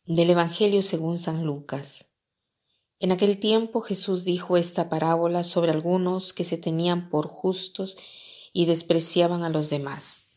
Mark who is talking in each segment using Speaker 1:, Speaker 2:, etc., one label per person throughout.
Speaker 1: Del Evangelio según San Lucas. En aquel tiempo Jesús dijo esta parábola sobre algunos que se tenían por justos y despreciaban a los demás.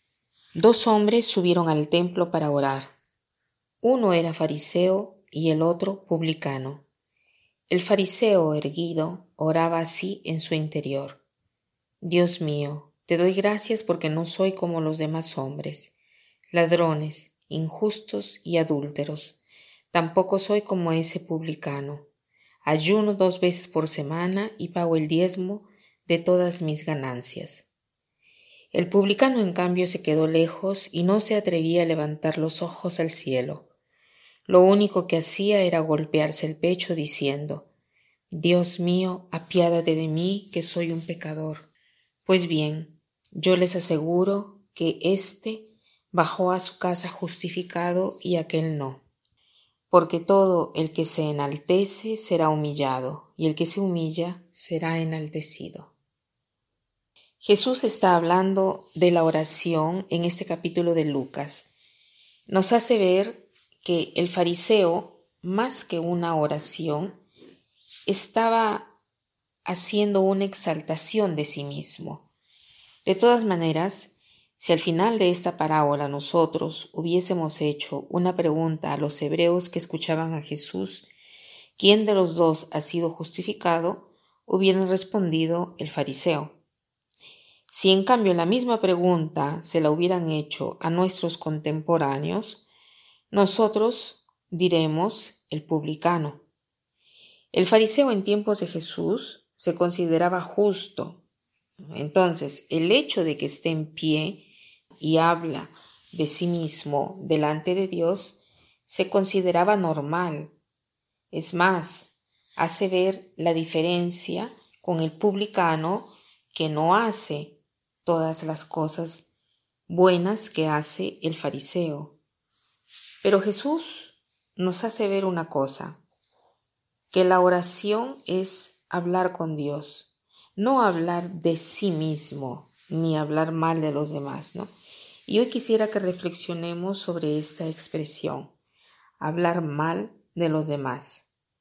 Speaker 1: 2 hombres subieron al templo para orar. Uno era fariseo y el otro publicano. El fariseo erguido oraba así en su interior: Dios mío, te doy gracias porque no soy como los demás hombres, ladrones, injustos y adúlteros. Tampoco soy como ese publicano. Ayuno 2 veces por semana y pago el diezmo de todas mis ganancias. El publicano, en cambio, se quedó lejos y no se atrevía a levantar los ojos al cielo. Lo único que hacía era golpearse el pecho diciendo: Dios mío, apiádate de mí, que soy un pecador. Pues bien, yo les aseguro que éste bajó a su casa justificado y aquel no. Porque todo el que se enaltece será humillado, y el que se humilla será enaltecido. Jesús está hablando de la oración en este capítulo de Lucas. Nos hace ver que el fariseo, más que una oración, estaba haciendo una exaltación de sí mismo. De todas maneras, si al final de esta parábola nosotros hubiésemos hecho una pregunta a los hebreos que escuchaban a Jesús, ¿quién de los dos ha sido justificado?, hubieran respondido el fariseo. Si en cambio la misma pregunta se la hubieran hecho a nuestros contemporáneos, nosotros diremos el publicano. El fariseo en tiempos de Jesús se consideraba justo. Entonces, el hecho de que esté en pie y habla de sí mismo delante de Dios se consideraba normal. Es más, hace ver la diferencia con el publicano, que no hace todas las cosas buenas que hace el fariseo. Pero Jesús nos hace ver una cosa, que la oración es hablar con Dios, no hablar de sí mismo, ni hablar mal de los demás, ¿no? Y hoy quisiera que reflexionemos sobre esta expresión, hablar mal de los demás.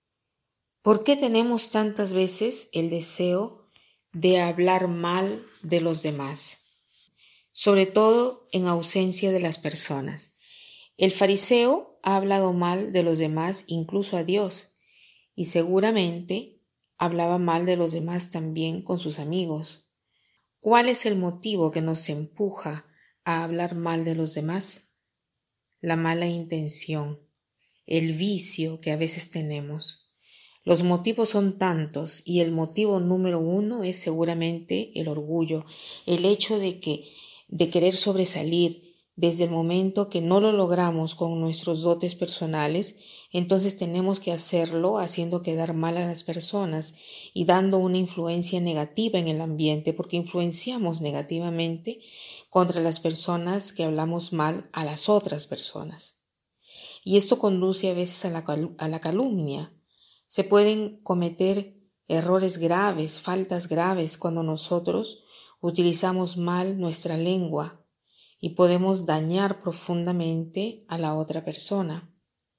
Speaker 1: ¿Por qué tenemos tantas veces el deseo de hablar mal de los demás? Sobre todo en ausencia de las personas. El fariseo ha hablado mal de los demás, incluso a Dios, y seguramente hablaba mal de los demás también con sus amigos. ¿Cuál es el motivo que nos empuja a hablar mal de los demás? La mala intención, el vicio que a veces tenemos. Los motivos son tantos y el motivo número 1 es seguramente el orgullo, el hecho de querer sobresalir. Desde el momento que no lo logramos con nuestros dotes personales, entonces tenemos que hacerlo haciendo quedar mal a las personas y dando una influencia negativa en el ambiente, porque influenciamos negativamente contra las personas que hablamos mal a las otras personas. Y esto conduce a veces a la calumnia. Se pueden cometer errores graves, faltas graves cuando nosotros utilizamos mal nuestra lengua y podemos dañar profundamente a la otra persona.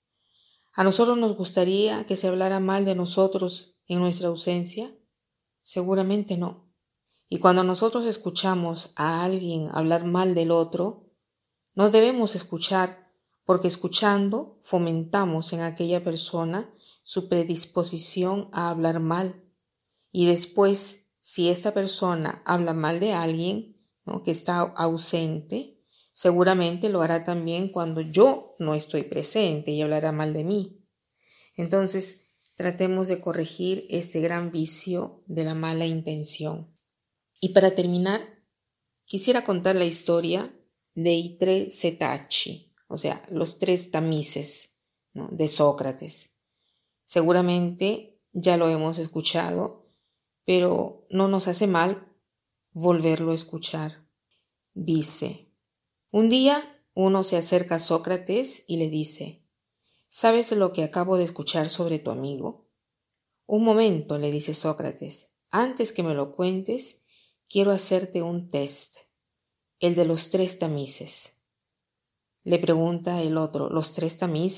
Speaker 1: ¿A nosotros nos gustaría que se hablara mal de nosotros en nuestra ausencia? Seguramente no. Y cuando nosotros escuchamos a alguien hablar mal del otro, no debemos escuchar, porque escuchando fomentamos en aquella persona su predisposición a hablar mal. Y después, si esa persona habla mal de alguien, ¿no?, que está ausente, seguramente lo hará también cuando yo no estoy presente y hablará mal de mí. Entonces, tratemos de corregir este gran vicio de la mala intención. Y para terminar, quisiera contar la historia de i 3 cetacei, o sea, los 3 tamices, ¿no?, de Sócrates. Seguramente ya lo hemos escuchado, pero no nos hace mal volverlo a escuchar. Dice: un día uno se acerca a Sócrates y le dice: ¿sabes lo que acabo de escuchar sobre tu amigo? Un momento, le dice Sócrates, antes que me lo cuentes, quiero hacerte un test, el de los 3 tamices. Le pregunta el otro: ¿los 3 tamices?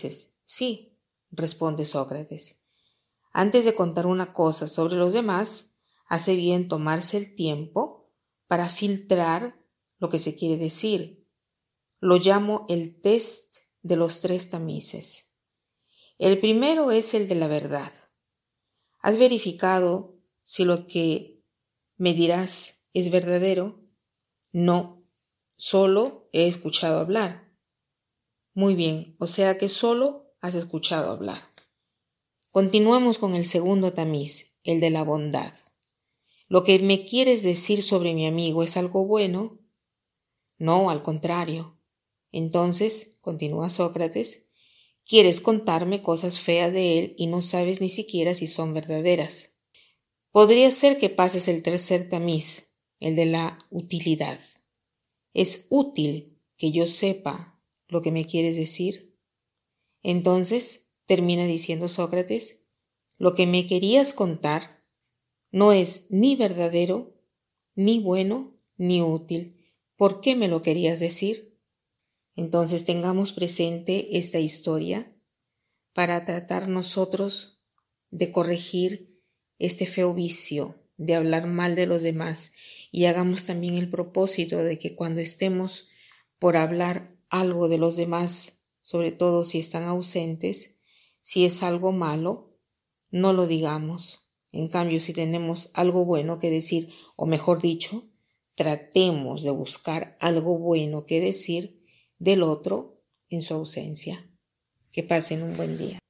Speaker 1: Sí, responde Sócrates. Antes de contar una cosa sobre los demás, hace bien tomarse el tiempo para filtrar lo que se quiere decir. Lo llamo el test de los 3 tamices. El primero es el de la verdad. ¿Has verificado si lo que me dirás es verdadero? No, solo he escuchado hablar. Muy bien, o sea que solo has escuchado hablar. Continuemos con el segundo tamiz, el de la bondad. ¿Lo que me quieres decir sobre mi amigo es algo bueno? No, al contrario. Entonces, continúa Sócrates, quieres contarme cosas feas de él y no sabes ni siquiera si son verdaderas. Podría ser que pases el tercer tamiz, el de la utilidad. ¿Es útil que yo sepa lo que me quieres decir? Entonces, termina diciendo Sócrates, lo que me querías contar no es ni verdadero, ni bueno, ni útil. ¿Por qué me lo querías decir? Entonces tengamos presente esta historia para tratar nosotros de corregir este feo vicio de hablar mal de los demás y hagamos también el propósito de que cuando estemos por hablar algo de los demás, sobre todo si están ausentes, si es algo malo, no lo digamos. En cambio, si tenemos algo bueno que decir, o mejor dicho, tratemos de buscar algo bueno que decir del otro en su ausencia. Que pasen un buen día.